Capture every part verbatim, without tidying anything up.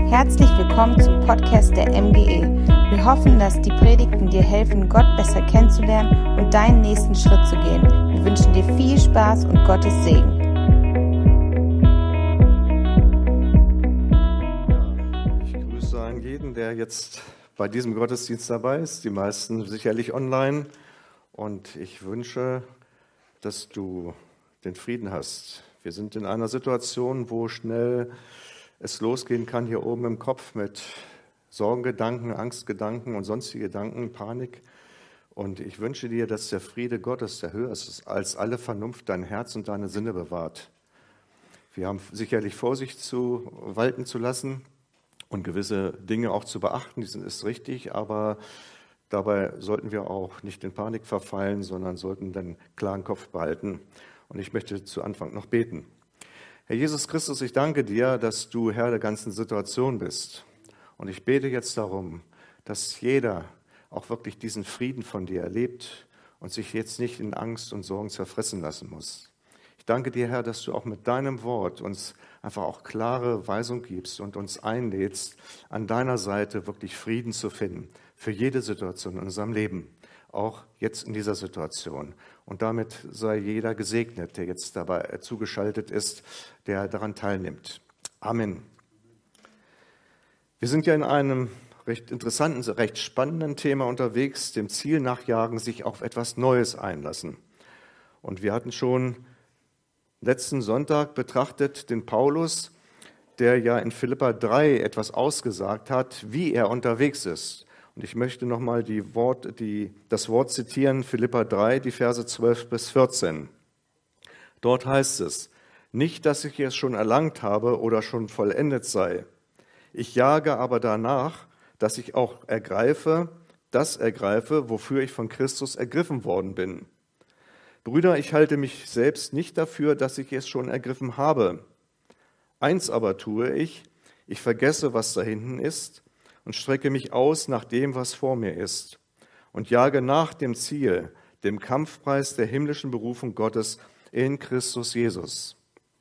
Herzlich willkommen zum Podcast der M G E. Wir hoffen, dass die Predigten dir helfen, Gott besser kennenzulernen und deinen nächsten Schritt zu gehen. Wir wünschen dir viel Spaß und Gottes Segen. Ja, ich grüße einen jeden, der jetzt bei diesem Gottesdienst dabei ist, die meisten sicherlich online. Und ich wünsche, dass du den Frieden hast. Wir sind in einer Situation, wo schnell es losgehen kann hier oben im Kopf mit Sorgengedanken, Angstgedanken und sonstige Gedanken, Panik. Und ich wünsche dir, dass der Friede Gottes, der höher ist als alle Vernunft, dein Herz und deine Sinne bewahrt. Wir haben sicherlich Vorsicht zu walten zu lassen und gewisse Dinge auch zu beachten, das ist richtig, aber dabei sollten wir auch nicht in Panik verfallen, sondern sollten den klaren Kopf behalten. Und ich möchte zu Anfang noch beten. Herr Jesus Christus, ich danke dir, dass du Herr der ganzen Situation bist. Und ich bete jetzt darum, dass jeder auch wirklich diesen Frieden von dir erlebt und sich jetzt nicht in Angst und Sorgen zerfressen lassen muss. Ich danke dir, Herr, dass du auch mit deinem Wort uns einfach auch klare Weisung gibst und uns einlädst, an deiner Seite wirklich Frieden zu finden für jede Situation in unserem Leben, auch jetzt in dieser Situation. Und damit sei jeder gesegnet, der jetzt dabei zugeschaltet ist, der daran teilnimmt. Amen. Wir sind ja in einem recht interessanten, recht spannenden Thema unterwegs, dem Ziel nachjagen, sich auf etwas Neues einlassen. Und wir hatten schon letzten Sonntag betrachtet den Paulus, der ja in Philipper drei etwas ausgesagt hat, wie er unterwegs ist. Und ich möchte nochmal die Wort, die, das Wort zitieren, Philipper drei, die Verse zwölf bis vierzehn. Dort heißt es, nicht, dass ich es schon erlangt habe oder schon vollendet sei. Ich jage aber danach, dass ich auch ergreife, das ergreife, wofür ich von Christus ergriffen worden bin. Brüder, ich halte mich selbst nicht dafür, dass ich es schon ergriffen habe. Eins aber tue ich, ich vergesse, was da hinten ist, und strecke mich aus nach dem, was vor mir ist, und jage nach dem Ziel, dem Kampfpreis der himmlischen Berufung Gottes in Christus Jesus.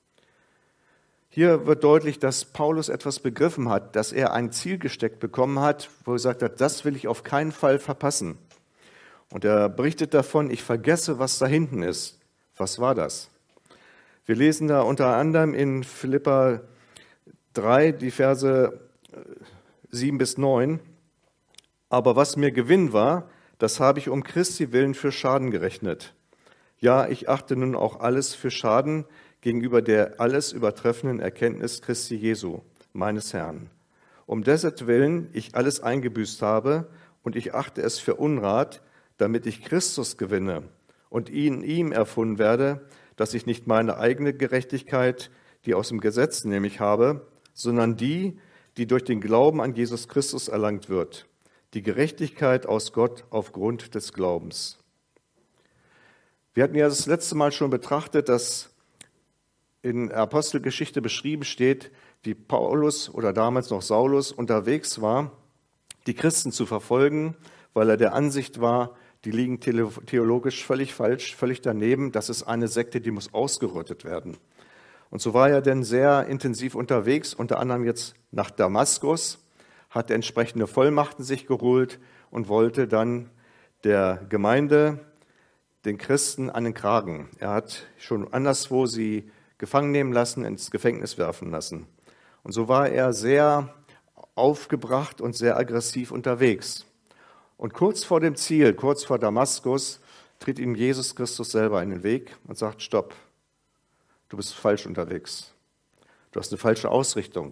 Hier wird deutlich, dass Paulus etwas begriffen hat, dass er ein Ziel gesteckt bekommen hat, wo er gesagt hat, das will ich auf keinen Fall verpassen. Und er berichtet davon, ich vergesse, was da hinten ist. Was war das? Wir lesen da unter anderem in Philipper drei, die Verse sieben bis neun. Aber was mir Gewinn war, das habe ich um Christi willen für Schaden gerechnet. Ja, ich achte nun auch alles für Schaden gegenüber der alles übertreffenden Erkenntnis Christi Jesu, meines Herrn. Um dessetwillen ich alles eingebüßt habe und ich achte es für Unrat, damit ich Christus gewinne und in ihm erfunden werde, dass ich nicht meine eigene Gerechtigkeit, die aus dem Gesetz nämlich habe, sondern die, die durch den Glauben an Jesus Christus erlangt wird, die Gerechtigkeit aus Gott aufgrund des Glaubens. Wir hatten ja das letzte Mal schon betrachtet, dass in der Apostelgeschichte beschrieben steht, wie Paulus oder damals noch Saulus unterwegs war, die Christen zu verfolgen, weil er der Ansicht war, die liegen theologisch völlig falsch, völlig daneben, das ist eine Sekte, die muss ausgerottet werden. Und so war er denn sehr intensiv unterwegs, unter anderem jetzt nach Damaskus, hat entsprechende Vollmachten sich geholt und wollte dann der Gemeinde, den Christen, an den Kragen. Er hat schon anderswo sie gefangen nehmen lassen, ins Gefängnis werfen lassen. Und so war er sehr aufgebracht und sehr aggressiv unterwegs. Und kurz vor dem Ziel, kurz vor Damaskus, tritt ihm Jesus Christus selber in den Weg und sagt, stopp. Du bist falsch unterwegs. Du hast eine falsche Ausrichtung.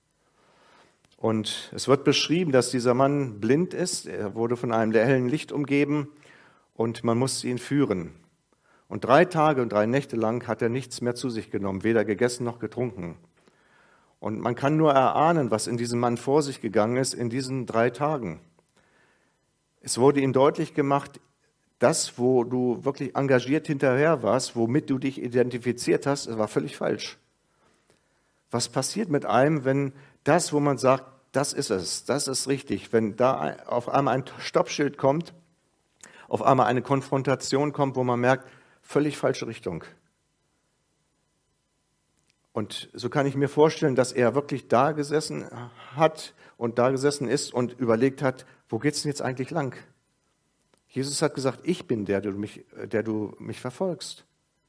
Und es wird beschrieben, dass dieser Mann blind ist. Er wurde von einem hellen Licht umgeben und man musste ihn führen. Und drei Tage und drei Nächte lang hat er nichts mehr zu sich genommen, weder gegessen noch getrunken. Und man kann nur erahnen, was in diesem Mann vor sich gegangen ist in diesen drei Tagen. Es wurde ihm deutlich gemacht, das, wo du wirklich engagiert hinterher warst, womit du dich identifiziert hast, das war völlig falsch. Was passiert mit einem, wenn das, wo man sagt, das ist es, das ist richtig, wenn da auf einmal ein Stoppschild kommt, auf einmal eine Konfrontation kommt, wo man merkt, völlig falsche Richtung. Und so kann ich mir vorstellen, dass er wirklich da gesessen hat und da gesessen ist und überlegt hat, wo geht's denn jetzt eigentlich lang? Jesus hat gesagt, ich bin der, der du mich, der du mich verfolgst.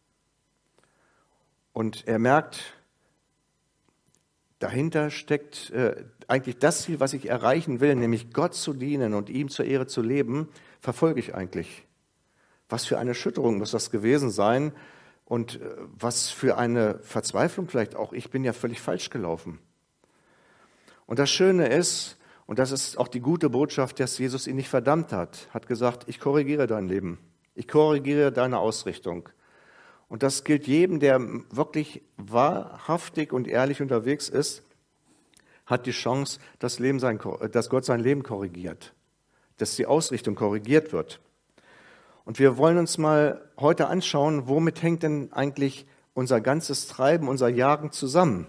Und er merkt, dahinter steckt äh, eigentlich das Ziel, was ich erreichen will, nämlich Gott zu dienen und ihm zur Ehre zu leben, verfolge ich eigentlich. Was für eine Erschütterung muss das gewesen sein und äh, was für eine Verzweiflung vielleicht auch. Ich bin ja völlig falsch gelaufen. Und das Schöne ist, und das ist auch die gute Botschaft, dass Jesus ihn nicht verdammt hat, hat gesagt, ich korrigiere dein Leben, ich korrigiere deine Ausrichtung. Und das gilt jedem, der wirklich wahrhaftig und ehrlich unterwegs ist, hat die Chance, dass, Leben sein, dass Gott sein Leben korrigiert, dass die Ausrichtung korrigiert wird. Und wir wollen uns mal heute anschauen, womit hängt denn eigentlich unser ganzes Treiben, unser Jagen zusammen?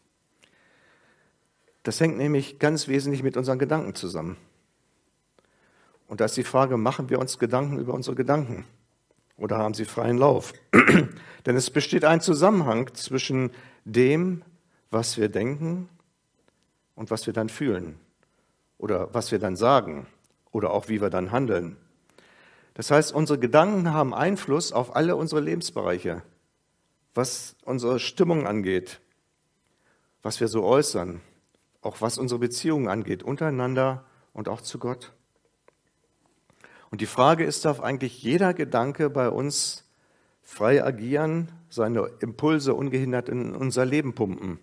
Das hängt nämlich ganz wesentlich mit unseren Gedanken zusammen. Und da ist die Frage, machen wir uns Gedanken über unsere Gedanken? Oder haben sie freien Lauf? Denn es besteht ein Zusammenhang zwischen dem, was wir denken und was wir dann fühlen. Oder was wir dann sagen. Oder auch wie wir dann handeln. Das heißt, unsere Gedanken haben Einfluss auf alle unsere Lebensbereiche. Was unsere Stimmung angeht, was wir so äußern, auch was unsere Beziehungen angeht, untereinander und auch zu Gott. Und die Frage ist, darf eigentlich jeder Gedanke bei uns frei agieren, seine Impulse ungehindert in unser Leben pumpen?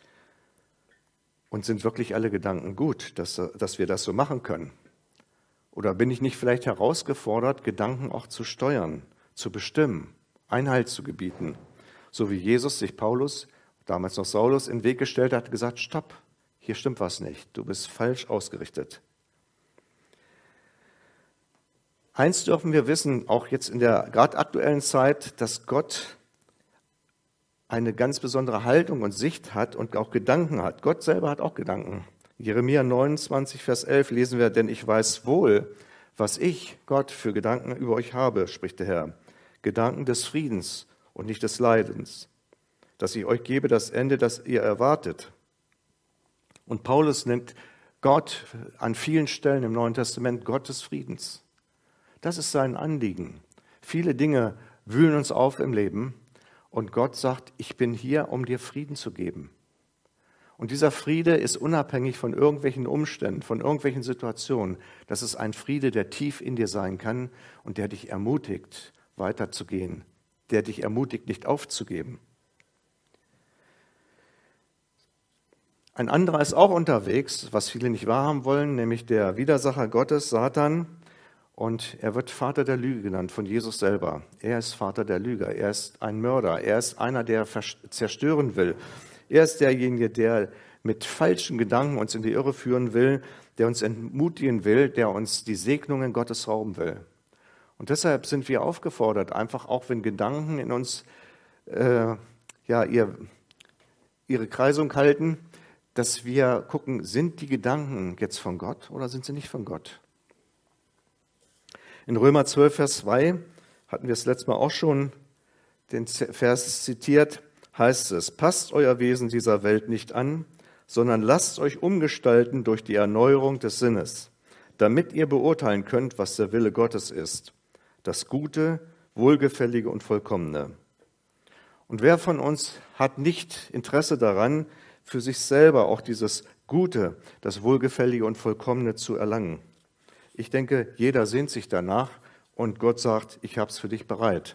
Und sind wirklich alle Gedanken gut, dass, dass wir das so machen können? Oder bin ich nicht vielleicht herausgefordert, Gedanken auch zu steuern, zu bestimmen, Einhalt zu gebieten? So wie Jesus sich Paulus, damals noch Saulus, in den Weg gestellt hat, gesagt, stopp, hier stimmt was nicht, du bist falsch ausgerichtet. Eins dürfen wir wissen, auch jetzt in der gerade aktuellen Zeit, dass Gott eine ganz besondere Haltung und Sicht hat und auch Gedanken hat. Gott selber hat auch Gedanken. Jeremia neunundzwanzig, Vers elf lesen wir, denn ich weiß wohl, was ich, Gott, für Gedanken über euch habe, spricht der Herr. Gedanken des Friedens und nicht des Leidens, dass ich euch gebe das Ende, das ihr erwartet. Und Paulus nennt Gott an vielen Stellen im Neuen Testament Gott des Friedens. Das ist sein Anliegen. Viele Dinge wühlen uns auf im Leben und Gott sagt, ich bin hier, um dir Frieden zu geben. Und dieser Friede ist unabhängig von irgendwelchen Umständen, von irgendwelchen Situationen. Das ist ein Friede, der tief in dir sein kann und der dich ermutigt, weiterzugehen, der dich ermutigt, nicht aufzugeben. Ein anderer ist auch unterwegs, was viele nicht wahrhaben wollen, nämlich der Widersacher Gottes, Satan. Und er wird Vater der Lüge genannt von Jesus selber. Er ist Vater der Lüge, er ist ein Mörder, er ist einer, der zerstören will. Er ist derjenige, der mit falschen Gedanken uns in die Irre führen will, der uns entmutigen will, der uns die Segnungen Gottes rauben will. Und deshalb sind wir aufgefordert, einfach auch wenn Gedanken in uns äh, ja, ihr, ihre Kreisung halten, dass wir gucken, sind die Gedanken jetzt von Gott oder sind sie nicht von Gott? In Römer zwölf, Vers zwei, hatten wir es letztes Mal auch schon den Vers zitiert, heißt es, passt euer Wesen dieser Welt nicht an, sondern lasst euch umgestalten durch die Erneuerung des Sinnes, damit ihr beurteilen könnt, was der Wille Gottes ist, das Gute, Wohlgefällige und Vollkommene. Und wer von uns hat nicht Interesse daran, für sich selber auch dieses Gute, das Wohlgefällige und Vollkommene zu erlangen? Ich denke, jeder sehnt sich danach und Gott sagt, ich habe es für dich bereit.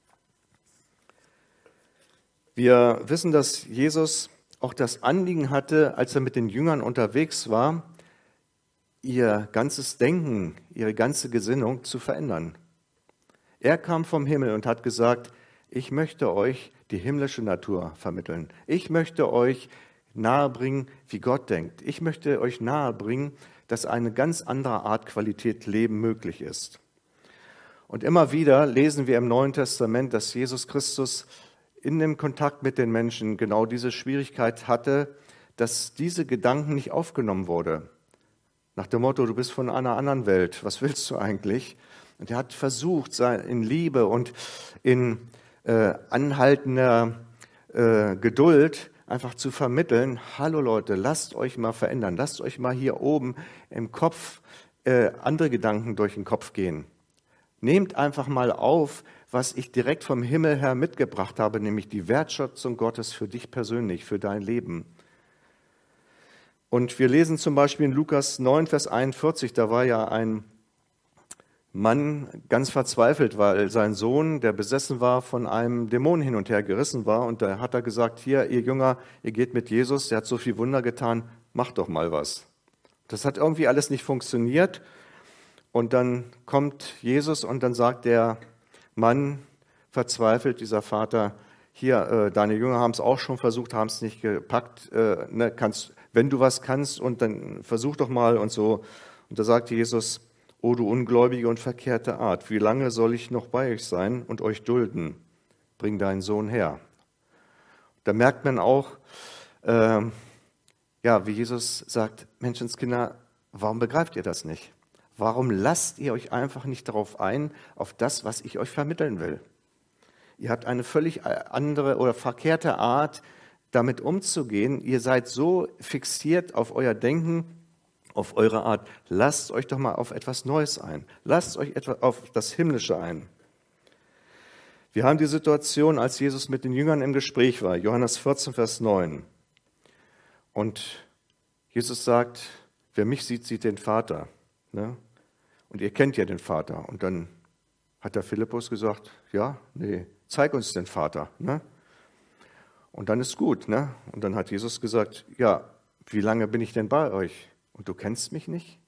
Wir wissen, dass Jesus auch das Anliegen hatte, als er mit den Jüngern unterwegs war, ihr ganzes Denken, ihre ganze Gesinnung zu verändern. Er kam vom Himmel und hat gesagt, ich möchte euch die himmlische Natur vermitteln. Ich möchte euch nahebringen, wie Gott denkt. Ich möchte euch nahebringen, dass eine ganz andere Art Qualität Leben möglich ist. Und immer wieder lesen wir im Neuen Testament, dass Jesus Christus in dem Kontakt mit den Menschen genau diese Schwierigkeit hatte, dass diese Gedanken nicht aufgenommen wurde. Nach dem Motto, du bist von einer anderen Welt, was willst du eigentlich? Und er hat versucht, in Liebe und in äh, anhaltender äh, Geduld, einfach zu vermitteln, hallo Leute, lasst euch mal verändern, lasst euch mal hier oben im Kopf äh, andere Gedanken durch den Kopf gehen. Nehmt einfach mal auf, was ich direkt vom Himmel her mitgebracht habe, nämlich die Wertschätzung Gottes für dich persönlich, für dein Leben. Und wir lesen zum Beispiel in Lukas neun, Vers einundvierzig, da war ja ein Mann ganz verzweifelt, weil sein Sohn, der besessen war, von einem Dämon hin und her gerissen war. Und da hat er gesagt, hier, ihr Jünger, ihr geht mit Jesus, der hat so viel Wunder getan, macht doch mal was. Das hat irgendwie alles nicht funktioniert. Und dann kommt Jesus und dann sagt der Mann, verzweifelt, dieser Vater, hier, äh, deine Jünger haben es auch schon versucht, haben es nicht gepackt, äh, ne, kannst, wenn du was kannst, und dann versuch doch mal und so. Und da sagt Jesus, o du ungläubige und verkehrte Art, wie lange soll ich noch bei euch sein und euch dulden? Bring deinen Sohn her. Da merkt man auch, äh, ja, wie Jesus sagt, Menschenskinder, warum begreift ihr das nicht? Warum lasst ihr euch einfach nicht darauf ein, auf das, was ich euch vermitteln will? Ihr habt eine völlig andere oder verkehrte Art, damit umzugehen. Ihr seid so fixiert auf euer Denken, auf eure Art. Lasst euch doch mal auf etwas Neues ein. Lasst euch etwa auf das Himmlische ein. Wir haben die Situation, als Jesus mit den Jüngern im Gespräch war, Johannes vierzehn, Vers neun. Und Jesus sagt, wer mich sieht, sieht den Vater. Ne? Und ihr kennt ja den Vater. Und dann hat der Philippus gesagt, ja, nee, zeig uns den Vater. Ne? Und dann ist gut. Ne? Und dann hat Jesus gesagt, ja, wie lange bin ich denn bei euch? Und du kennst mich nicht?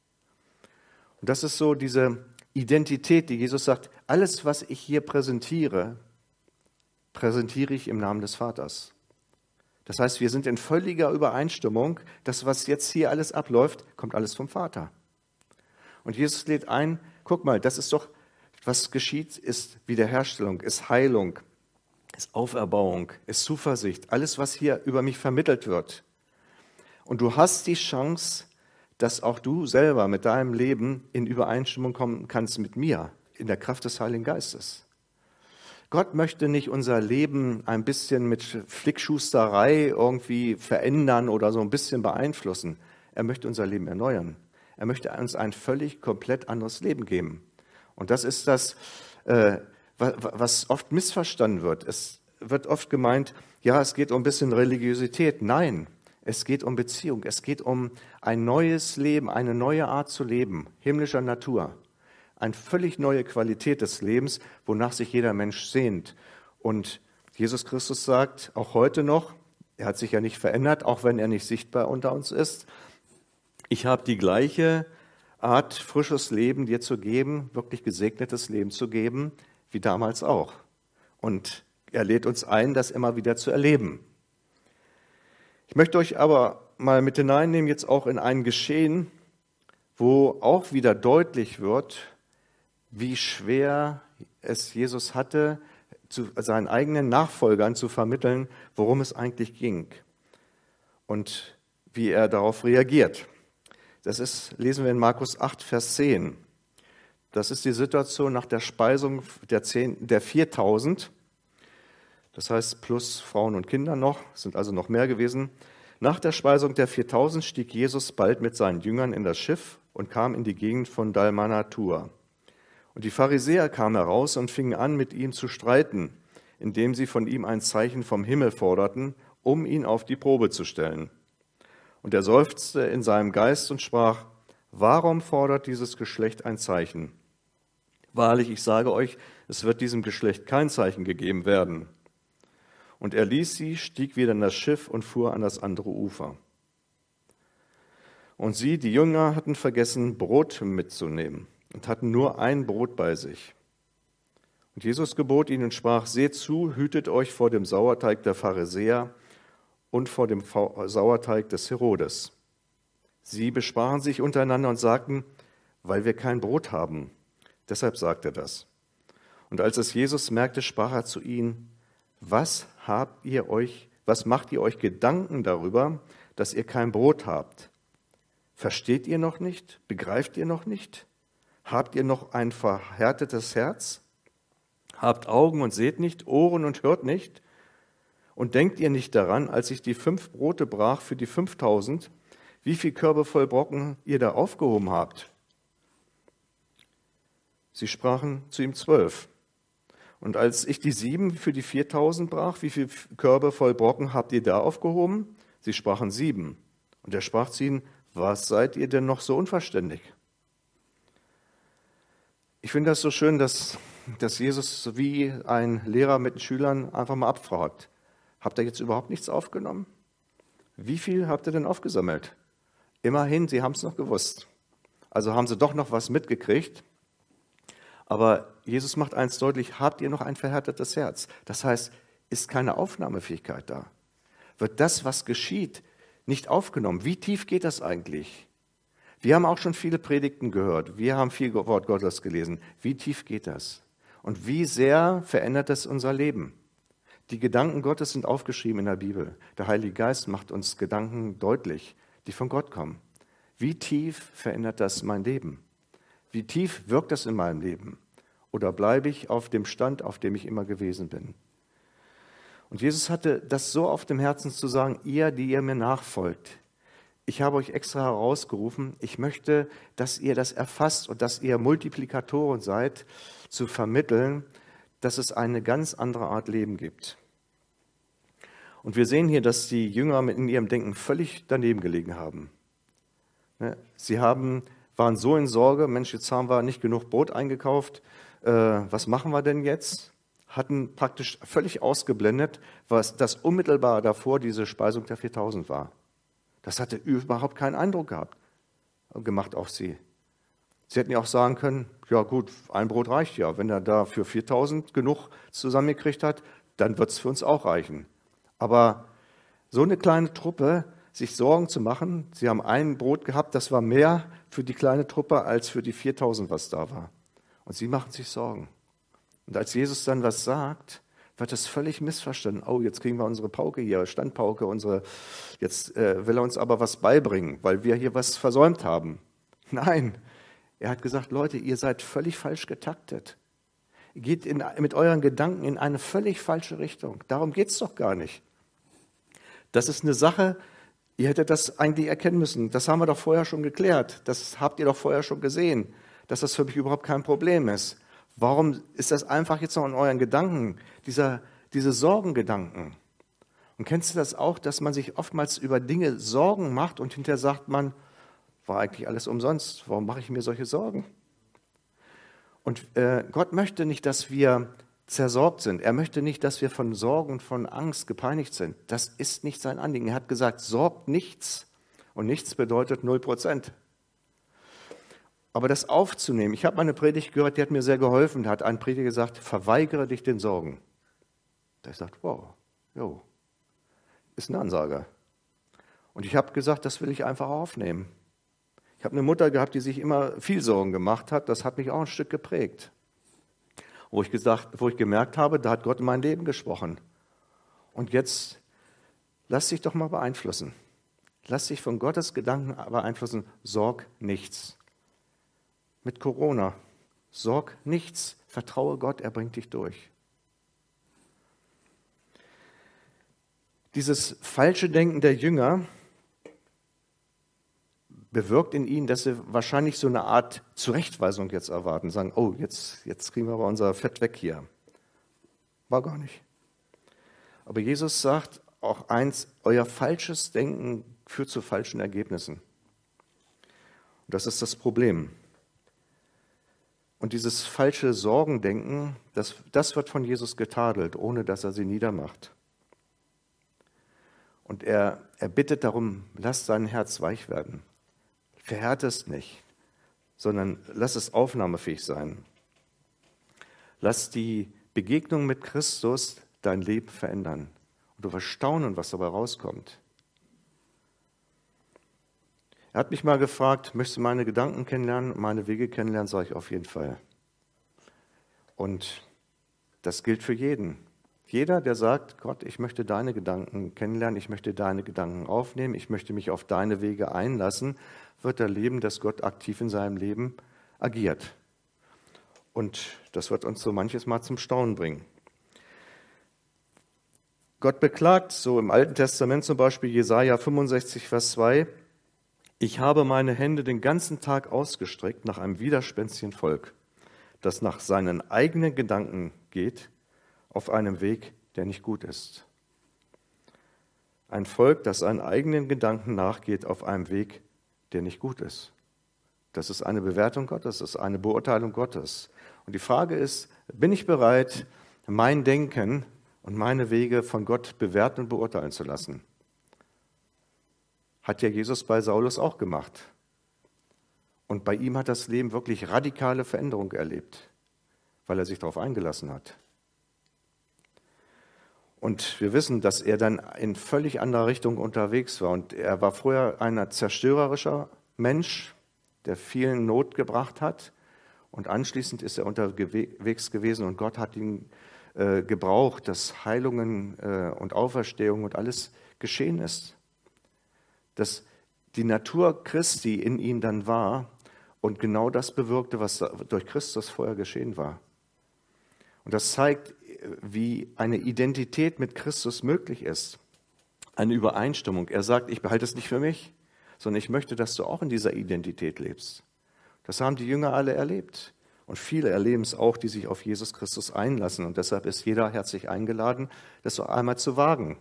Und das ist so diese Identität, die Jesus sagt, alles, was ich hier präsentiere, präsentiere ich im Namen des Vaters. Das heißt, wir sind in völliger Übereinstimmung, das, was jetzt hier alles abläuft, kommt alles vom Vater. Und Jesus lädt ein, guck mal, das ist doch, was geschieht, ist Wiederherstellung, ist Heilung, ist Auferbauung, ist Zuversicht, alles, was hier über mich vermittelt wird. Und du hast die Chance, dass auch du selber mit deinem Leben in Übereinstimmung kommen kannst mit mir, in der Kraft des Heiligen Geistes. Gott möchte nicht unser Leben ein bisschen mit Flickschusterei irgendwie verändern oder so ein bisschen beeinflussen. Er möchte unser Leben erneuern. Er möchte uns ein völlig, komplett anderes Leben geben. Und das ist das, äh, was oft missverstanden wird. Es wird oft gemeint, ja, es geht um ein bisschen Religiosität. Nein, es geht um Beziehung. Es geht um ein neues Leben, eine neue Art zu leben, himmlischer Natur. Eine völlig neue Qualität des Lebens, wonach sich jeder Mensch sehnt. Und Jesus Christus sagt, auch heute noch, er hat sich ja nicht verändert, auch wenn er nicht sichtbar unter uns ist, ich habe die gleiche Art, frisches Leben dir zu geben, wirklich gesegnetes Leben zu geben, wie damals auch. Und er lädt uns ein, das immer wieder zu erleben. Ich möchte euch aber mal mit hineinnehmen, jetzt auch in ein Geschehen, wo auch wieder deutlich wird, wie schwer es Jesus hatte, zu seinen eigenen Nachfolgern zu vermitteln, worum es eigentlich ging und wie er darauf reagiert. Das ist, lesen wir in Markus acht, Vers zehn. Das ist die Situation nach der Speisung der, zehn, der viertausend. Das heißt, plus Frauen und Kinder noch, sind also noch mehr gewesen. Nach der Speisung der viertausend stieg Jesus bald mit seinen Jüngern in das Schiff und kam in die Gegend von Dalmanatur. Und die Pharisäer kamen heraus und fingen an, mit ihm zu streiten, indem sie von ihm ein Zeichen vom Himmel forderten, um ihn auf die Probe zu stellen. Und er seufzte in seinem Geist und sprach, warum fordert dieses Geschlecht ein Zeichen? Wahrlich, ich sage euch, es wird diesem Geschlecht kein Zeichen gegeben werden. Und er ließ sie, stieg wieder in das Schiff und fuhr an das andere Ufer. Und sie, die Jünger, hatten vergessen, Brot mitzunehmen und hatten nur ein Brot bei sich. Und Jesus gebot ihnen und sprach, seht zu, hütet euch vor dem Sauerteig der Pharisäer und vor dem Sauerteig des Herodes. Sie besprachen sich untereinander und sagten, weil wir kein Brot haben. Deshalb sagt er das. Und als es Jesus merkte, sprach er zu ihnen, was habt ihr euch, was macht ihr euch Gedanken darüber, dass ihr kein Brot habt? Versteht ihr noch nicht? Begreift ihr noch nicht? Habt ihr noch ein verhärtetes Herz? Habt Augen und seht nicht, Ohren und hört nicht? Und denkt ihr nicht daran, als ich die fünf Brote brach für die fünftausend, wie viel Körbe voll Brocken ihr da aufgehoben habt? Sie sprachen zu ihm zwölf. Und als ich die sieben für die viertausend brach, wie viel Körbe voll Brocken habt ihr da aufgehoben? Sie sprachen sieben. Und er sprach zu ihnen, was seid ihr denn noch so unverständig? Ich finde das so schön, dass, dass Jesus wie ein Lehrer mit den Schülern einfach mal abfragt. Habt ihr jetzt überhaupt nichts aufgenommen? Wie viel habt ihr denn aufgesammelt? Immerhin, sie haben es noch gewusst. Also haben sie doch noch was mitgekriegt. Aber Jesus macht eins deutlich, habt ihr noch ein verhärtetes Herz? Das heißt, ist keine Aufnahmefähigkeit da? Wird das, was geschieht, nicht aufgenommen? Wie tief geht das eigentlich? Wir haben auch schon viele Predigten gehört, wir haben viel Wort Gottes gelesen. Wie tief geht das? Und wie sehr verändert das unser Leben? Die Gedanken Gottes sind aufgeschrieben in der Bibel. Der Heilige Geist macht uns Gedanken deutlich, die von Gott kommen. Wie tief verändert das mein Leben? Wie tief wirkt das in meinem Leben? Oder bleibe ich auf dem Stand, auf dem ich immer gewesen bin? Und Jesus hatte das so auf dem Herzen zu sagen, ihr, die ihr mir nachfolgt, ich habe euch extra herausgerufen, ich möchte, dass ihr das erfasst und dass ihr Multiplikatoren seid, zu vermitteln, dass es eine ganz andere Art Leben gibt. Und wir sehen hier, dass die Jünger in ihrem Denken völlig daneben gelegen haben. Sie haben, waren so in Sorge, Mensch, jetzt haben wir nicht genug Brot eingekauft, äh, was machen wir denn jetzt? Hatten praktisch völlig ausgeblendet, was das unmittelbar davor diese Speisung der viertausend war. Das hatte überhaupt keinen Eindruck gehabt, gemacht auf sie. Sie hätten ja auch sagen können, ja gut, ein Brot reicht ja. Wenn er da für viertausend genug zusammengekriegt hat, dann wird es für uns auch reichen. Aber so eine kleine Truppe, sich Sorgen zu machen, sie haben ein Brot gehabt, das war mehr für die kleine Truppe als für die viertausend, was da war. Und sie machen sich Sorgen. Und als Jesus dann was sagt, wird das völlig missverstanden. Oh, jetzt kriegen wir unsere Pauke hier, Standpauke, unsere, jetzt äh, will er uns aber was beibringen, weil wir hier was versäumt haben. Nein, er hat gesagt, Leute, ihr seid völlig falsch getaktet. Ihr geht in, mit euren Gedanken in eine völlig falsche Richtung. Darum geht es doch gar nicht. Das ist eine Sache, ihr hättet das eigentlich erkennen müssen. Das haben wir doch vorher schon geklärt. Das habt ihr doch vorher schon gesehen, dass das für mich überhaupt kein Problem ist. Warum ist das einfach jetzt noch in euren Gedanken, dieser, diese Sorgengedanken? Und kennst du das auch, dass man sich oftmals über Dinge Sorgen macht und hinterher sagt man, war eigentlich alles umsonst, warum mache ich mir solche Sorgen? Und äh, Gott möchte nicht, dass wir zersorgt sind. Er möchte nicht, dass wir von Sorgen, von Angst gepeinigt sind. Das ist nicht sein Anliegen. Er hat gesagt, sorgt nichts. Und nichts bedeutet null Prozent. Aber das aufzunehmen, ich habe mal eine Predigt gehört, die hat mir sehr geholfen. Da hat ein Prediger gesagt, verweigere dich den Sorgen. Da habe ich gesagt, wow, jo, ist eine Ansage. Und ich habe gesagt, das will ich einfach aufnehmen. Ich habe eine Mutter gehabt, die sich immer viel Sorgen gemacht hat. Das hat mich auch ein Stück geprägt. Wo ich, gesagt, wo ich gemerkt habe, da hat Gott in mein Leben gesprochen. Und jetzt lass dich doch mal beeinflussen. Lass dich von Gottes Gedanken beeinflussen. Sorg nichts. Mit Corona, sorg nichts. Vertraue Gott, er bringt dich durch. Dieses falsche Denken der Jünger bewirkt in ihnen, dass sie wahrscheinlich so eine Art Zurechtweisung jetzt erwarten. Sagen, oh, jetzt, jetzt kriegen wir aber unser Fett weg hier. War gar nicht. Aber Jesus sagt auch eins, euer falsches Denken führt zu falschen Ergebnissen. Und das ist das Problem. Und dieses falsche Sorgendenken, das, das wird von Jesus getadelt, ohne dass er sie niedermacht. Und er, er bittet darum, lass sein Herz weich werden. Verhärte es nicht, sondern lass es aufnahmefähig sein. Lass die Begegnung mit Christus dein Leben verändern. Und du wirst staunen, was dabei rauskommt. Er hat mich mal gefragt, möchtest du meine Gedanken kennenlernen, meine Wege kennenlernen, sage ich auf jeden Fall. Und das gilt für jeden. Jeder, der sagt, Gott, ich möchte deine Gedanken kennenlernen, ich möchte deine Gedanken aufnehmen, ich möchte mich auf deine Wege einlassen, wird erleben, dass Gott aktiv in seinem Leben agiert. Und das wird uns so manches Mal zum Staunen bringen. Gott beklagt, so im Alten Testament zum Beispiel Jesaja fünfundsechzig, Vers zwei, ich habe meine Hände den ganzen Tag ausgestreckt nach einem widerspenstigen Volk, das nach seinen eigenen Gedanken geht, auf einem Weg, der nicht gut ist. Ein Volk, das seinen eigenen Gedanken nachgeht, auf einem Weg, der nicht gut ist. Das ist eine Bewertung Gottes, das ist eine Beurteilung Gottes. Und die Frage ist, bin ich bereit, mein Denken und meine Wege von Gott bewerten und beurteilen zu lassen? Hat ja Jesus bei Saulus auch gemacht. Und bei ihm hat das Leben wirklich radikale Veränderung erlebt, weil er sich darauf eingelassen hat. Und wir wissen, dass er dann in völlig anderer Richtung unterwegs war. Und er war vorher ein zerstörerischer Mensch, der vielen Not gebracht hat. Und anschließend ist er unterwegs gewesen und Gott hat ihn äh, gebraucht, dass Heilungen äh, und Auferstehung und alles geschehen ist. Dass die Natur Christi in ihm dann war und genau das bewirkte, was durch Christus vorher geschehen war. Und das zeigt, wie eine Identität mit Christus möglich ist. Eine Übereinstimmung. Er sagt, ich behalte es nicht für mich, sondern ich möchte, dass du auch in dieser Identität lebst. Das haben die Jünger alle erlebt. Und viele erleben es auch, die sich auf Jesus Christus einlassen. Und deshalb ist jeder herzlich eingeladen, das so einmal zu wagen.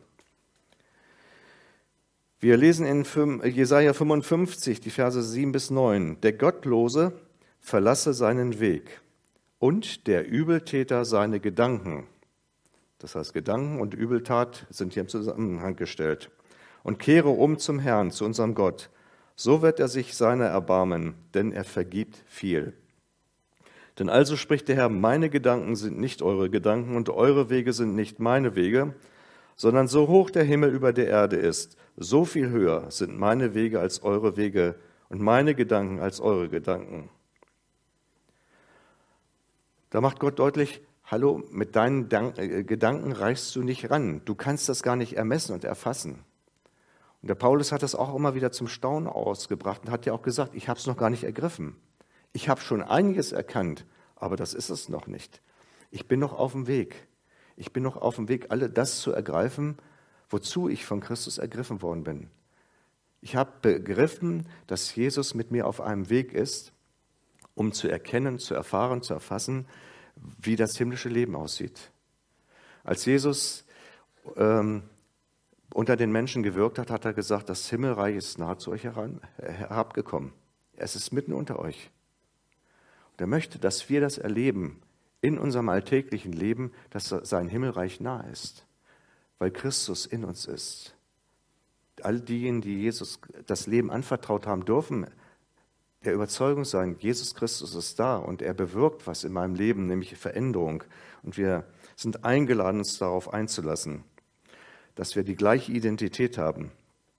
Wir lesen in Jesaja fünfundfünfzig, die Verse sieben bis neun. Der Gottlose verlasse seinen Weg und der Übeltäter seine Gedanken. Das heißt, Gedanken und Übeltat sind hier im Zusammenhang gestellt. Und kehre um zum Herrn, zu unserem Gott. So wird er sich seiner erbarmen, denn er vergibt viel. Denn also spricht der Herr, meine Gedanken sind nicht eure Gedanken und eure Wege sind nicht meine Wege, sondern so hoch der Himmel über der Erde ist, so viel höher sind meine Wege als eure Wege und meine Gedanken als eure Gedanken. Da macht Gott deutlich, hallo, mit deinen Gedanken reichst du nicht ran. Du kannst das gar nicht ermessen und erfassen. Und der Paulus hat das auch immer wieder zum Staunen ausgebracht und hat ja auch gesagt, ich habe es noch gar nicht ergriffen. Ich habe schon einiges erkannt, aber das ist es noch nicht. Ich bin noch auf dem Weg. Ich bin noch auf dem Weg, alle das zu ergreifen, wozu ich von Christus ergriffen worden bin. Ich habe begriffen, dass Jesus mit mir auf einem Weg ist, um zu erkennen, zu erfahren, zu erfassen, wie das himmlische Leben aussieht. Als Jesus ähm, unter den Menschen gewirkt hat, hat er gesagt, das Himmelreich ist nahe zu euch heran, herabgekommen. Es ist mitten unter euch. Und er möchte, dass wir das erleben in unserem alltäglichen Leben, dass sein Himmelreich nahe ist, weil Christus in uns ist. All diejenigen, die Jesus das Leben anvertraut haben, dürfen der Überzeugung sein, Jesus Christus ist da und er bewirkt was in meinem Leben, nämlich Veränderung. Und wir sind eingeladen, uns darauf einzulassen, dass wir die gleiche Identität haben.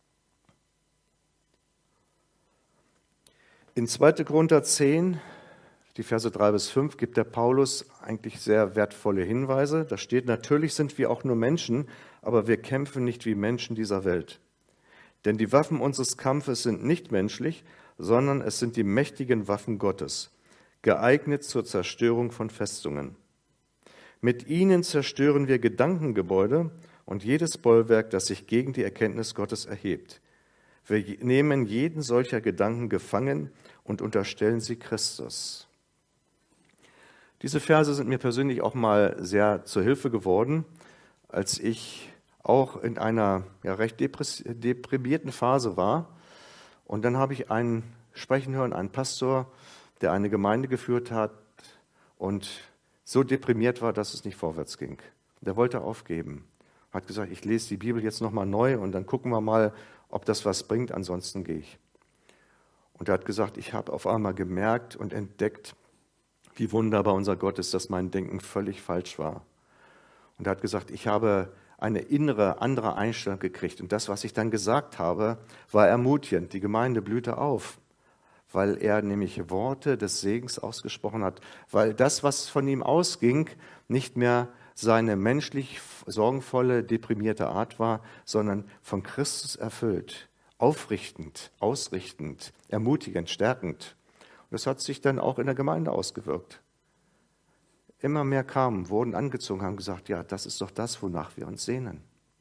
In zweiter Korinther zehn, die Verse drei bis fünf, gibt der Paulus eigentlich sehr wertvolle Hinweise. Da steht, natürlich sind wir auch nur Menschen, aber wir kämpfen nicht wie Menschen dieser Welt. Denn die Waffen unseres Kampfes sind nicht menschlich, sondern es sind die mächtigen Waffen Gottes, geeignet zur Zerstörung von Festungen. Mit ihnen zerstören wir Gedankengebäude und jedes Bollwerk, das sich gegen die Erkenntnis Gottes erhebt. Wir nehmen jeden solcher Gedanken gefangen und unterstellen sie Christus. Diese Verse sind mir persönlich auch mal sehr zur Hilfe geworden, als ich auch in einer ja, recht deprimierten Phase war. Und dann habe ich einen sprechen hören, einen Pastor, der eine Gemeinde geführt hat und so deprimiert war, dass es nicht vorwärts ging. Der wollte aufgeben. Hat gesagt, ich lese die Bibel jetzt nochmal neu und dann gucken wir mal, ob das was bringt, ansonsten gehe ich. Und er hat gesagt, ich habe auf einmal gemerkt und entdeckt, wie wunderbar unser Gott ist, dass mein Denken völlig falsch war. Und er hat gesagt, ich habe eine innere, andere Einstellung gekriegt. Und das, was ich dann gesagt habe, war ermutigend. Die Gemeinde blühte auf, weil er nämlich Worte des Segens ausgesprochen hat, weil das, was von ihm ausging, nicht mehr seine menschlich sorgenvolle, deprimierte Art war, sondern von Christus erfüllt, aufrichtend, ausrichtend, ermutigend, stärkend. Und das hat sich dann auch in der Gemeinde ausgewirkt. Immer mehr kamen, wurden angezogen, haben gesagt, ja, das ist doch das, wonach wir uns sehnen.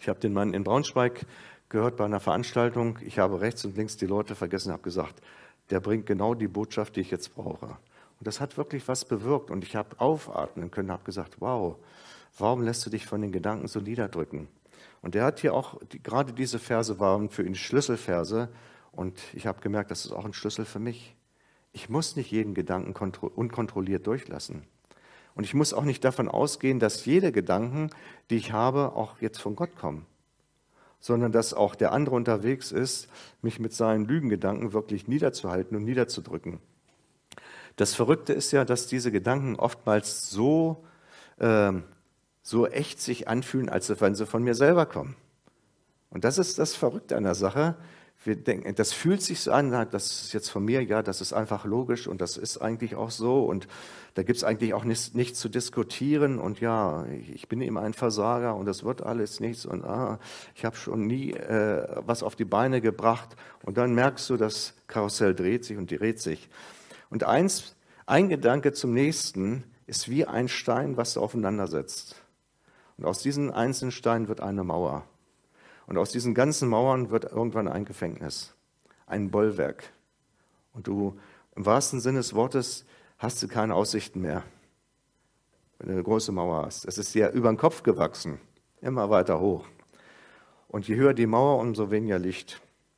Ich habe den Mann in Braunschweig gehört bei einer Veranstaltung. Ich habe rechts und links die Leute vergessen, habe gesagt, der bringt genau die Botschaft, die ich jetzt brauche. Und das hat wirklich was bewirkt. Und ich habe aufatmen können, habe gesagt, wow, warum lässt du dich von den Gedanken so niederdrücken? Und der hat hier auch, die, gerade diese Verse waren für ihn Schlüsselverse. Und ich habe gemerkt, das ist auch ein Schlüssel für mich. Ich muss nicht jeden Gedanken kontro- unkontrolliert durchlassen. Und ich muss auch nicht davon ausgehen, dass jede Gedanken, die ich habe, auch jetzt von Gott kommen. Sondern dass auch der andere unterwegs ist, mich mit seinen Lügengedanken wirklich niederzuhalten und niederzudrücken. Das Verrückte ist ja, dass diese Gedanken oftmals so, äh, so echt sich anfühlen, als wenn sie von mir selber kommen. Und das ist das Verrückte an der Sache. Wir denken, das fühlt sich so an, das ist jetzt von mir, ja, das ist einfach logisch und das ist eigentlich auch so und da gibt es eigentlich auch nichts, nichts zu diskutieren und ja, ich bin eben ein Versager und das wird alles nichts und ah, ich habe schon nie äh, was auf die Beine gebracht und dann merkst du, das Karussell dreht sich und dreht sich. Und eins, ein Gedanke zum nächsten ist wie ein Stein, was du aufeinander setzt. Und aus diesen einzelnen Steinen wird eine Mauer. Und aus diesen ganzen Mauern wird irgendwann ein Gefängnis, ein Bollwerk. Und du, im wahrsten Sinne des Wortes, hast du keine Aussichten mehr, wenn du eine große Mauer hast. Es ist dir über den Kopf gewachsen, immer weiter hoch. Und je höher die Mauer, umso weniger Licht.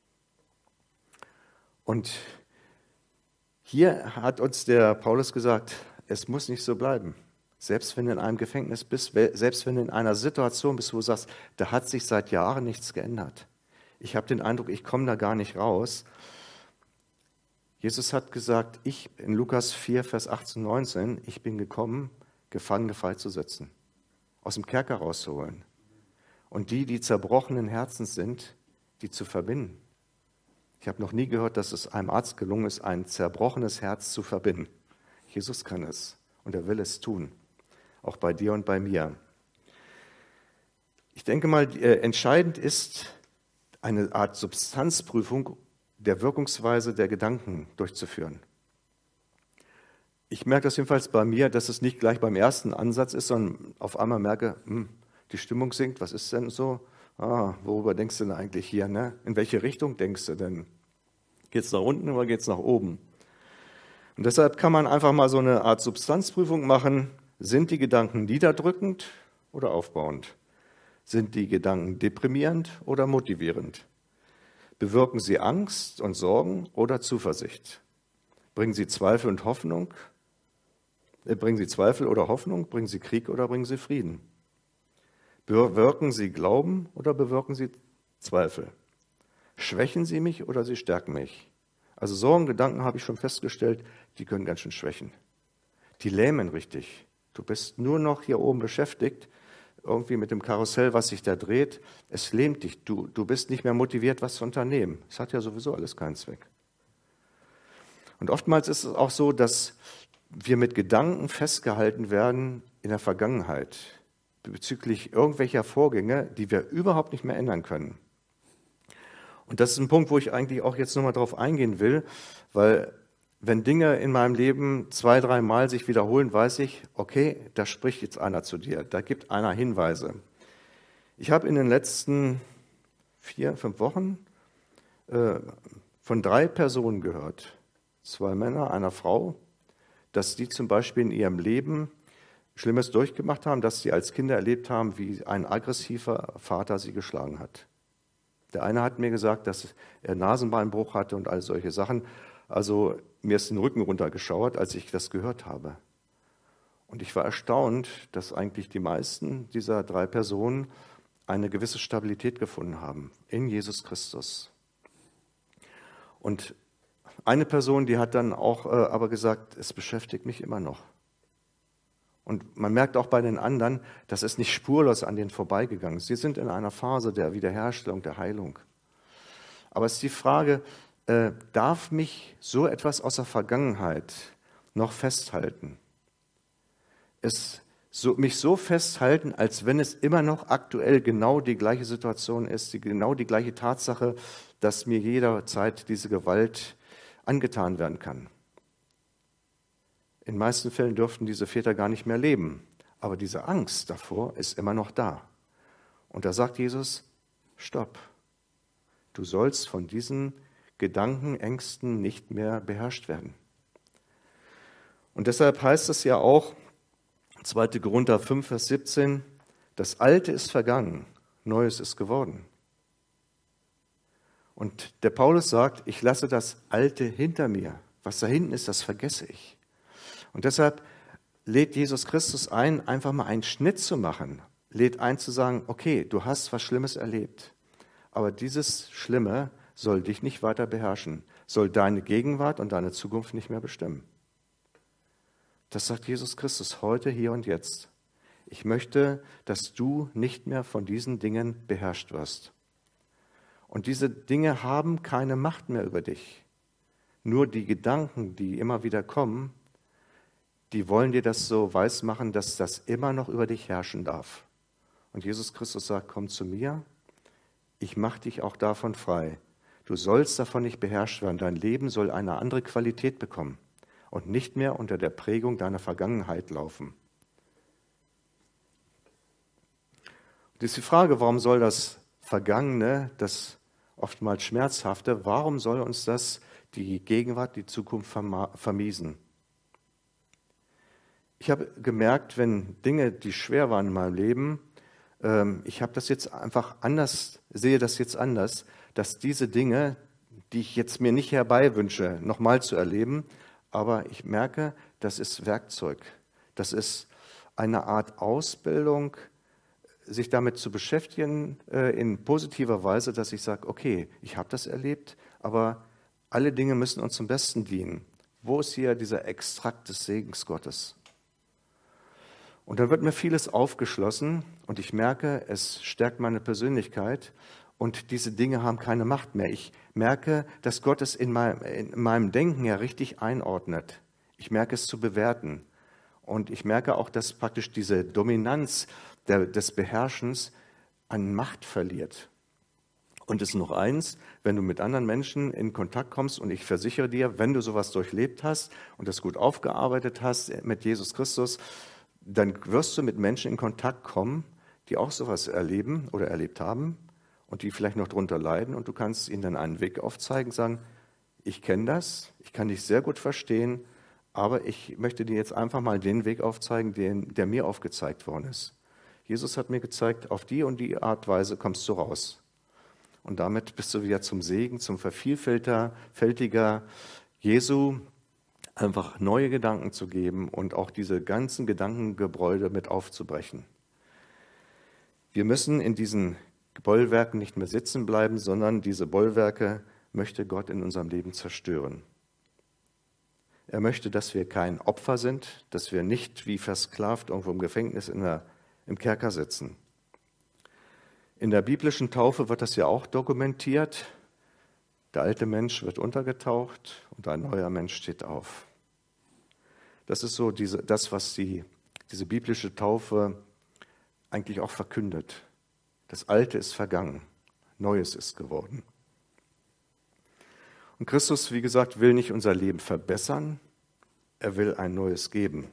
Und hier hat uns der Paulus gesagt, es muss nicht so bleiben. Selbst wenn du in einem Gefängnis bist, selbst wenn du in einer Situation bist, wo du sagst, da hat sich seit Jahren nichts geändert. Ich habe den Eindruck, ich komme da gar nicht raus. Jesus hat gesagt, ich in Lukas vier, Vers achtzehn, neunzehn, ich bin gekommen, Gefangene freizusetzen, aus dem Kerker rauszuholen. Und die, die zerbrochenen Herzens sind, die zu verbinden. Ich habe noch nie gehört, dass es einem Arzt gelungen ist, ein zerbrochenes Herz zu verbinden. Jesus kann es und er will es tun. Auch bei dir und bei mir. Ich denke mal, äh, entscheidend ist, eine Art Substanzprüfung der Wirkungsweise der Gedanken durchzuführen. Ich merke das jedenfalls bei mir, dass es nicht gleich beim ersten Ansatz ist, sondern auf einmal merke, hm, die Stimmung sinkt, was ist denn so? Ah, worüber denkst du denn eigentlich hier? Ne? In welche Richtung denkst du denn? Geht es nach unten oder geht es nach oben? Und deshalb kann man einfach mal so eine Art Substanzprüfung machen. Sind die Gedanken niederdrückend oder aufbauend? Sind die Gedanken deprimierend oder motivierend? Bewirken sie Angst und Sorgen oder Zuversicht? Bringen sie Zweifel und Hoffnung? Äh, bringen sie Zweifel oder Hoffnung? Bringen sie Krieg oder bringen sie Frieden? Bewirken sie Glauben oder bewirken sie Zweifel? Schwächen sie mich oder sie stärken mich? Also Sorgen, Gedanken habe ich schon festgestellt, die können ganz schön schwächen. Die lähmen richtig. Du bist nur noch hier oben beschäftigt, irgendwie mit dem Karussell, was sich da dreht. Es lähmt dich. Du, du bist nicht mehr motiviert, was zu unternehmen. Es hat ja sowieso alles keinen Zweck. Und oftmals ist es auch so, dass wir mit Gedanken festgehalten werden in der Vergangenheit bezüglich irgendwelcher Vorgänge, die wir überhaupt nicht mehr ändern können. Und das ist ein Punkt, wo ich eigentlich auch jetzt nochmal drauf eingehen will, weil wenn Dinge in meinem Leben zwei, dreimal sich wiederholen, weiß ich, okay, da spricht jetzt einer zu dir, da gibt einer Hinweise. Ich habe in den letzten vier, fünf Wochen äh, von drei Personen gehört, zwei Männer, einer Frau, dass die zum Beispiel in ihrem Leben Schlimmes durchgemacht haben, dass sie als Kinder erlebt haben, wie ein aggressiver Vater sie geschlagen hat. Der eine hat mir gesagt, dass er Nasenbeinbruch hatte und all solche Sachen. Also mir ist den Rücken runtergeschauert, als ich das gehört habe. Und ich war erstaunt, dass eigentlich die meisten dieser drei Personen eine gewisse Stabilität gefunden haben in Jesus Christus. Und eine Person, die hat dann auch äh, aber gesagt, es beschäftigt mich immer noch. Und man merkt auch bei den anderen, dass es nicht spurlos an denen vorbeigegangen ist. Sie sind in einer Phase der Wiederherstellung, der Heilung. Aber es ist die Frage, äh, darf mich so etwas aus der Vergangenheit noch festhalten? Es so, mich so festhalten, als wenn es immer noch aktuell genau die gleiche Situation ist, die, genau die gleiche Tatsache, dass mir jederzeit diese Gewalt angetan werden kann. In den meisten Fällen dürften diese Väter gar nicht mehr leben, aber diese Angst davor ist immer noch da. Und da sagt Jesus, stopp, du sollst von diesen Gedanken, Ängsten nicht mehr beherrscht werden. Und deshalb heißt es ja auch, zweiter Korinther fünf, Vers siebzehn, das Alte ist vergangen, Neues ist geworden. Und der Paulus sagt, ich lasse das Alte hinter mir. Was da hinten ist, das vergesse ich. Und deshalb lädt Jesus Christus ein, einfach mal einen Schnitt zu machen. Lädt ein zu sagen, okay, du hast was Schlimmes erlebt. Aber dieses Schlimme soll dich nicht weiter beherrschen, soll deine Gegenwart und deine Zukunft nicht mehr bestimmen. Das sagt Jesus Christus heute, hier und jetzt. Ich möchte, dass du nicht mehr von diesen Dingen beherrscht wirst. Und diese Dinge haben keine Macht mehr über dich. Nur die Gedanken, die immer wieder kommen, die wollen dir das so weismachen, dass das immer noch über dich herrschen darf. Und Jesus Christus sagt, komm zu mir, ich mache dich auch davon frei. Du sollst davon nicht beherrscht werden. Dein Leben soll eine andere Qualität bekommen und nicht mehr unter der Prägung deiner Vergangenheit laufen. Das ist die Frage, warum soll das Vergangene, das oftmals Schmerzhafte, warum soll uns das die Gegenwart, die Zukunft vermiesen? Ich habe gemerkt, wenn Dinge, die schwer waren in meinem Leben, ähm, ich habe das jetzt einfach anders, sehe das jetzt anders, dass diese Dinge, die ich jetzt mir nicht herbeiwünsche, nochmal zu erleben, aber ich merke, das ist Werkzeug. Das ist eine Art Ausbildung, sich damit zu beschäftigen äh, in positiver Weise, dass ich sage, okay, ich habe das erlebt, aber alle Dinge müssen uns zum Besten dienen. Wo ist hier dieser Extrakt des Segens Gottes? Und dann wird mir vieles aufgeschlossen und ich merke, es stärkt meine Persönlichkeit und diese Dinge haben keine Macht mehr. Ich merke, dass Gott es in meinem, in meinem Denken ja richtig einordnet. Ich merke es zu bewerten. Und ich merke auch, dass praktisch diese Dominanz der, des Beherrschens an Macht verliert. Und es ist noch eins, wenn du mit anderen Menschen in Kontakt kommst und ich versichere dir, wenn du sowas durchlebt hast und das gut aufgearbeitet hast mit Jesus Christus, dann wirst du mit Menschen in Kontakt kommen, die auch sowas erleben oder erlebt haben und die vielleicht noch drunter leiden und du kannst ihnen dann einen Weg aufzeigen, sagen, ich kenne das, ich kann dich sehr gut verstehen, aber ich möchte dir jetzt einfach mal den Weg aufzeigen, den, der mir aufgezeigt worden ist. Jesus hat mir gezeigt, auf die und die Art und Weise kommst du raus. Und damit bist du wieder zum Segen, zum Vervielfältiger Jesu, einfach neue Gedanken zu geben und auch diese ganzen Gedankengebäude mit aufzubrechen. Wir müssen in diesen Bollwerken nicht mehr sitzen bleiben, sondern diese Bollwerke möchte Gott in unserem Leben zerstören. Er möchte, dass wir kein Opfer sind, dass wir nicht wie versklavt irgendwo im Gefängnis in der, im Kerker sitzen. In der biblischen Taufe wird das ja auch dokumentiert. Der alte Mensch wird untergetaucht und ein neuer Mensch steht auf. Das ist so diese, das, was die, diese biblische Taufe eigentlich auch verkündet. Das Alte ist vergangen, Neues ist geworden. Und Christus, wie gesagt, will nicht unser Leben verbessern, er will ein neues geben.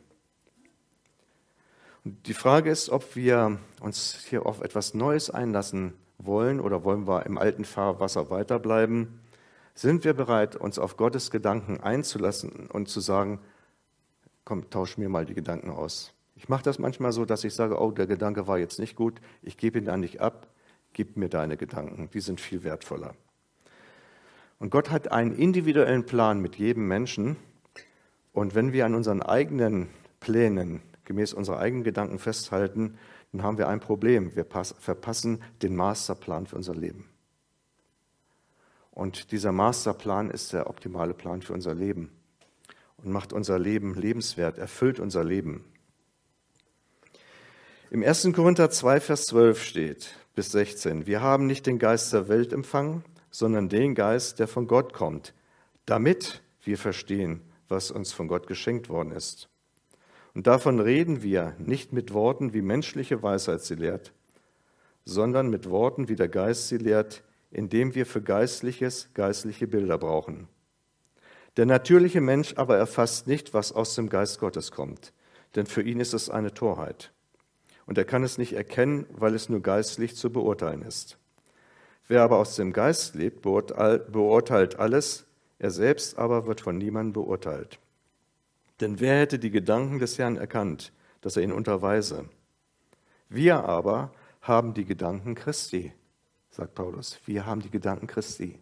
Und die Frage ist, ob wir uns hier auf etwas Neues einlassen wollen oder wollen wir im alten Fahrwasser weiterbleiben. Sind wir bereit, uns auf Gottes Gedanken einzulassen und zu sagen, komm, tausch mir mal die Gedanken aus. Ich mache das manchmal so, dass ich sage, oh, der Gedanke war jetzt nicht gut, ich gebe ihn dann nicht ab, gib mir deine Gedanken, die sind viel wertvoller. Und Gott hat einen individuellen Plan mit jedem Menschen. Und wenn wir an unseren eigenen Plänen, gemäß unserer eigenen Gedanken festhalten, dann haben wir ein Problem. Wir verpassen den Masterplan für unser Leben. Und dieser Masterplan ist der optimale Plan für unser Leben und macht unser Leben lebenswert, erfüllt unser Leben. Im ersten Korinther zwei, Vers zwölf steht bis sechzehn, wir haben nicht den Geist der Welt empfangen, sondern den Geist, der von Gott kommt, damit wir verstehen, was uns von Gott geschenkt worden ist. Und davon reden wir nicht mit Worten, wie menschliche Weisheit sie lehrt, sondern mit Worten, wie der Geist sie lehrt, indem wir für Geistliches geistliche Bilder brauchen. Der natürliche Mensch aber erfasst nicht, was aus dem Geist Gottes kommt, denn für ihn ist es eine Torheit. und er kann es nicht erkennen, weil es nur geistlich zu beurteilen ist. Wer aber aus dem Geist lebt, beurteilt alles, er selbst aber wird von niemandem beurteilt. Denn wer hätte die Gedanken des Herrn erkannt, dass er ihn unterweise? Wir aber haben die Gedanken Christi, sagt Paulus. Wir haben die Gedanken Christi.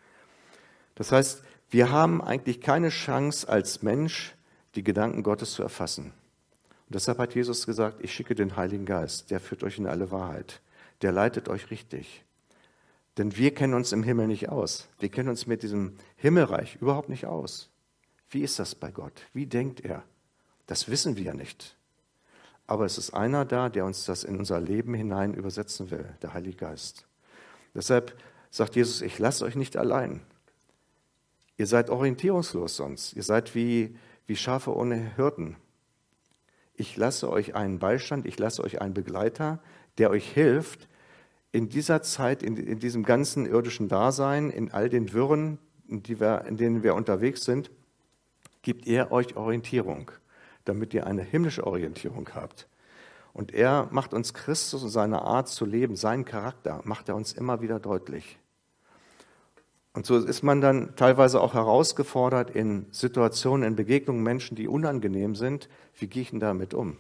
Das heißt, wir haben eigentlich keine Chance als Mensch, die Gedanken Gottes zu erfassen. Und deshalb hat Jesus gesagt, ich schicke den Heiligen Geist, der führt euch in alle Wahrheit, der leitet euch richtig. Denn wir kennen uns im Himmel nicht aus. Wir kennen uns mit diesem Himmelreich überhaupt nicht aus. Wie ist das bei Gott? Wie denkt er? Das wissen wir nicht. Aber es ist einer da, der uns das in unser Leben hinein übersetzen will, der Heilige Geist. Deshalb sagt Jesus, ich lasse euch nicht allein. Ihr seid orientierungslos sonst. Ihr seid wie, wie Schafe ohne Hirten. Ich lasse euch einen Beistand, ich lasse euch einen Begleiter, der euch hilft, in dieser Zeit, in, in diesem ganzen irdischen Dasein, in all den Wirren, in, die wir, in denen wir unterwegs sind, gibt er euch Orientierung, damit ihr eine himmlische Orientierung habt. Und er macht uns Christus und seine Art zu leben, seinen Charakter, macht er uns immer wieder deutlich. Und so ist man dann teilweise auch herausgefordert in Situationen, in Begegnungen, Menschen, die unangenehm sind. Wie gehe ich denn damit um?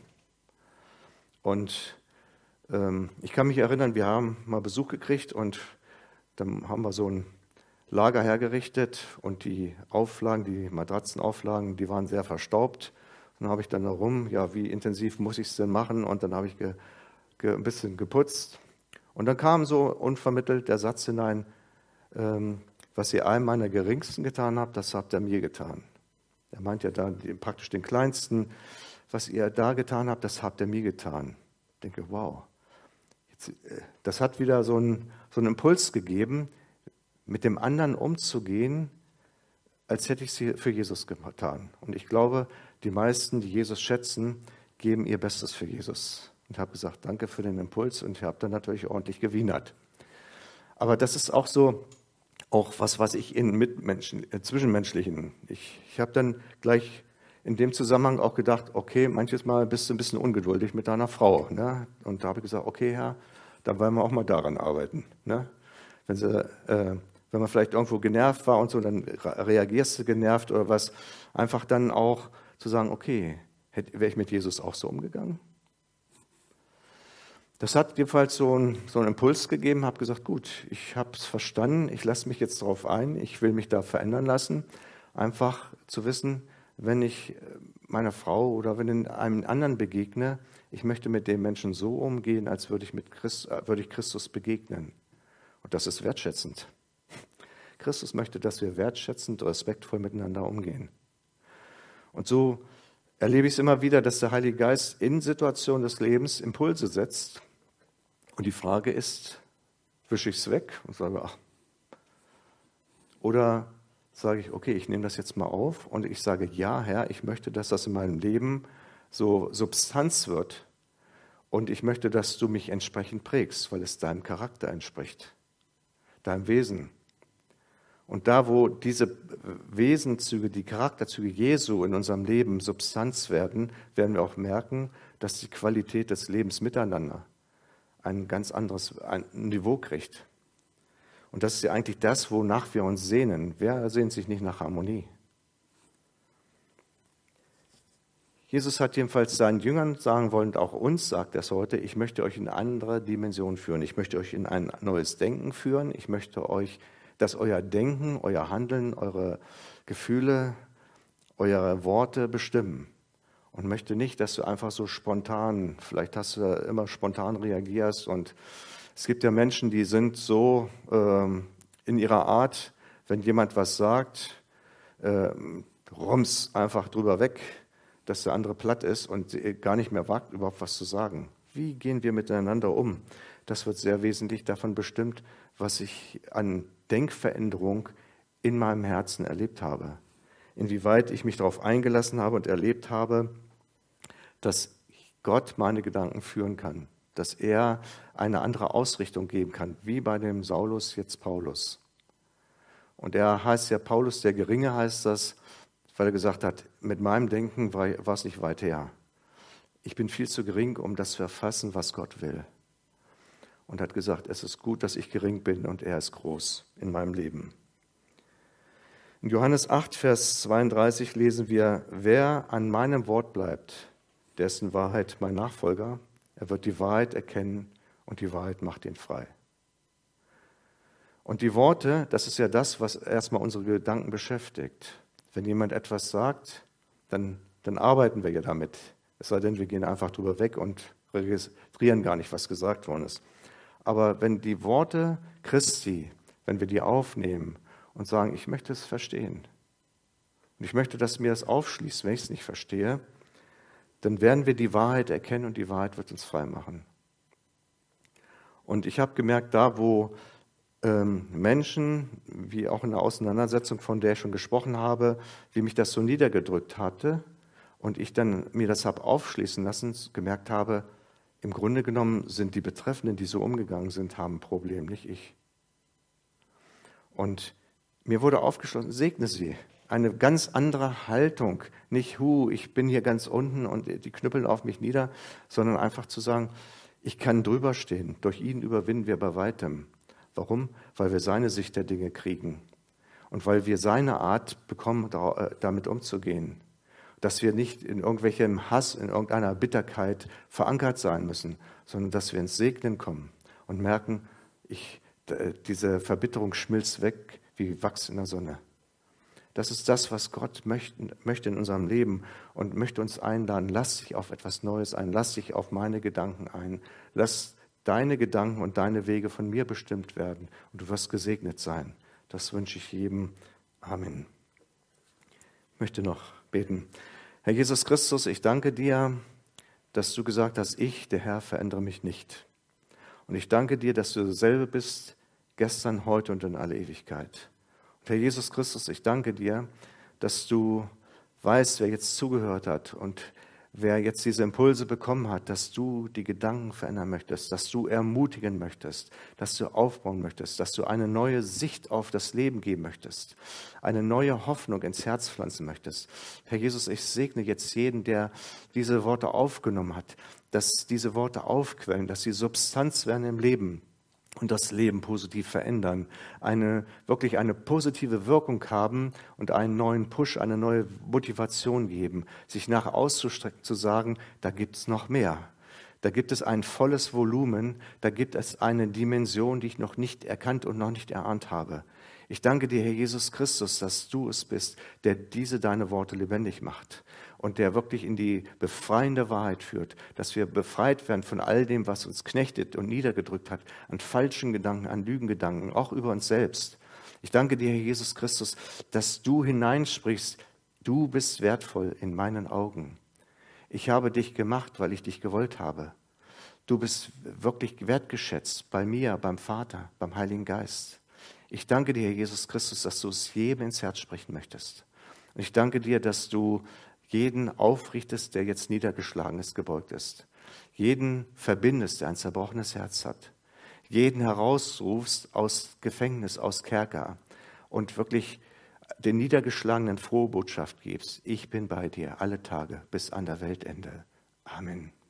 Und ähm, ich kann mich erinnern, wir haben mal Besuch gekriegt und dann haben wir so ein Lager hergerichtet und die Auflagen, die Matratzenauflagen, die waren sehr verstaubt. Und dann habe ich dann herum, ja, wie intensiv muss ich es denn machen? Und dann habe ich ge, ge, ein bisschen geputzt. Und dann kam so unvermittelt der Satz hinein, ähm, was ihr einem meiner Geringsten getan habt, das habt ihr mir getan. Er meint ja da die, praktisch den Kleinsten. Was ihr da getan habt, das habt ihr mir getan. Ich denke, wow. Jetzt, äh, das hat wieder so einen, so einen Impuls gegeben, mit dem anderen umzugehen, als hätte ich es für Jesus getan. Und ich glaube, die meisten, die Jesus schätzen, geben ihr Bestes für Jesus. Und ich habe gesagt, danke für den Impuls und ich habe dann natürlich ordentlich gewienert. Aber das ist auch so, auch was, was ich in Mitmenschen, äh, Zwischenmenschlichen, ich, ich habe dann gleich in dem Zusammenhang auch gedacht, okay, manches Mal bist du ein bisschen ungeduldig mit deiner Frau. Ne? Und da habe ich gesagt, okay, Herr, dann wollen wir auch mal daran arbeiten. Ne? Wenn sie... Äh, Wenn man vielleicht irgendwo genervt war und so, dann reagierst du genervt oder was. Einfach dann auch zu sagen, okay, wäre ich mit Jesus auch so umgegangen? Das hat jedenfalls so einen, so einen Impuls gegeben, habe gesagt, gut, ich habe es verstanden, ich lasse mich jetzt darauf ein, ich will mich da verändern lassen. Einfach zu wissen, wenn ich meiner Frau oder wenn ich einem anderen begegne, ich möchte mit dem Menschen so umgehen, als würde ich, mit Christ, würde ich Christus begegnen. Und das ist wertschätzend. Christus möchte, dass wir wertschätzend, respektvoll miteinander umgehen. Und so erlebe ich es immer wieder, dass der Heilige Geist in Situationen des Lebens Impulse setzt. Und die Frage ist, wische ich es weg und sage, ach. Oder sage ich, okay, ich nehme das jetzt mal auf und ich sage, ja, Herr, ich möchte, dass das in meinem Leben so Substanz wird. Und ich möchte, dass du mich entsprechend prägst, weil es deinem Charakter entspricht, deinem Wesen. Und da, wo diese Wesenszüge, die Charakterzüge Jesu in unserem Leben Substanz werden, werden wir auch merken, dass die Qualität des Lebens miteinander ein ganz anderes Niveau kriegt. Und das ist ja eigentlich das, wonach wir uns sehnen. Wer sehnt sich nicht nach Harmonie? Jesus hat jedenfalls seinen Jüngern sagen wollen, und auch uns sagt er es heute, ich möchte euch in eine andere Dimension führen. Ich möchte euch in ein neues Denken führen. Ich möchte euch dass euer Denken, euer Handeln, eure Gefühle, eure Worte bestimmen. Und möchte nicht, dass du einfach so spontan, vielleicht hast du immer spontan reagierst. Und es gibt ja Menschen, die sind so ähm, in ihrer Art, wenn jemand was sagt, ähm, rums einfach drüber weg, dass der andere platt ist und gar nicht mehr wagt, überhaupt was zu sagen. Wie gehen wir miteinander um? Das wird sehr wesentlich davon bestimmt, was ich an Denkveränderung in meinem Herzen erlebt habe. Inwieweit ich mich darauf eingelassen habe und erlebt habe, dass Gott meine Gedanken führen kann, dass er eine andere Ausrichtung geben kann, wie bei dem Saulus jetzt Paulus. Und er heißt ja Paulus der Geringe, heißt das, weil er gesagt hat, mit meinem Denken war es nicht weit her. ich bin viel zu gering, um das zu erfassen, was Gott will. Und hat gesagt, es ist gut, dass ich gering bin und er ist groß in meinem Leben. In Johannes acht, Vers zweiunddreißig lesen wir, wer an meinem Wort bleibt, der ist in Wahrheit mein Nachfolger. Er wird die Wahrheit erkennen und die Wahrheit macht ihn frei. Und die Worte, das ist ja das, was erstmal unsere Gedanken beschäftigt. Wenn jemand etwas sagt, dann, dann arbeiten wir ja damit. Es sei denn, wir gehen einfach drüber weg und registrieren gar nicht, was gesagt worden ist. Aber wenn die Worte Christi, wenn wir die aufnehmen und sagen, ich möchte es verstehen und ich möchte, dass mir das aufschließt, wenn ich es nicht verstehe, dann werden wir die Wahrheit erkennen und die Wahrheit wird uns frei machen. Und ich habe gemerkt, da wo ähm, Menschen, wie auch in der Auseinandersetzung, von der ich schon gesprochen habe, wie mich das so niedergedrückt hatte und ich dann mir das habe aufschließen lassen, gemerkt habe, im Grunde genommen sind die Betreffenden, die so umgegangen sind, haben ein Problem, nicht ich. Und mir wurde aufgeschlossen, segne sie. Eine ganz andere Haltung, nicht, hu, ich bin hier ganz unten und die knüppeln auf mich nieder, sondern einfach zu sagen, ich kann drüber stehen, durch ihn überwinden wir bei weitem. Warum? Weil wir seine Sicht der Dinge kriegen und weil wir seine Art bekommen, damit umzugehen. Dass wir nicht in irgendwelchem Hass, in irgendeiner Bitterkeit verankert sein müssen, sondern dass wir ins Segnen kommen und merken, ich, diese Verbitterung schmilzt weg wie Wachs in der Sonne. Das ist das, was Gott möchte, möchte in unserem Leben und möchte uns einladen. Lass dich auf etwas Neues ein, lass dich auf meine Gedanken ein, lass deine Gedanken und deine Wege von mir bestimmt werden und du wirst gesegnet sein. Das wünsche ich jedem. Amen. Ich möchte noch beten. Herr Jesus Christus, ich danke dir, dass du gesagt hast, ich, der Herr, verändere mich nicht. Und ich danke dir, dass du dasselbe bist, gestern, heute und in alle Ewigkeit. Und Herr Jesus Christus, ich danke dir, dass du weißt, wer jetzt zugehört hat und wer jetzt diese Impulse bekommen hat, dass du die Gedanken verändern möchtest, dass du ermutigen möchtest, dass du aufbauen möchtest, dass du eine neue Sicht auf das Leben geben möchtest, eine neue Hoffnung ins Herz pflanzen möchtest. Herr Jesus, ich segne jetzt jeden, der diese Worte aufgenommen hat, dass diese Worte aufquellen, dass sie Substanz werden im Leben und das Leben positiv verändern, eine, wirklich eine positive Wirkung haben und einen neuen Push, eine neue Motivation geben, sich nach auszustrecken, zu sagen, da gibt es noch mehr. Da gibt es ein volles Volumen, da gibt es eine Dimension, die ich noch nicht erkannt und noch nicht erahnt habe. Ich danke dir, Herr Jesus Christus, dass du es bist, der diese deine Worte lebendig macht und der wirklich in die befreiende Wahrheit führt, dass wir befreit werden von all dem, was uns knechtet und niedergedrückt hat, an falschen Gedanken, an Lügengedanken, auch über uns selbst. Ich danke dir, Herr Jesus Christus, dass du hineinsprichst, du bist wertvoll in meinen Augen. Ich habe dich gemacht, weil ich dich gewollt habe. Du bist wirklich wertgeschätzt bei mir, beim Vater, beim Heiligen Geist. Ich danke dir, Herr Jesus Christus, dass du es jedem ins Herz sprechen möchtest. Und ich danke dir, dass du jeden aufrichtest, der jetzt niedergeschlagen ist, gebeugt ist. Jeden verbindest, der ein zerbrochenes Herz hat. Jeden herausrufst aus Gefängnis, aus Kerker und wirklich den Niedergeschlagenen frohe Botschaft gibst. Ich bin bei dir alle Tage bis an der Weltende. Amen.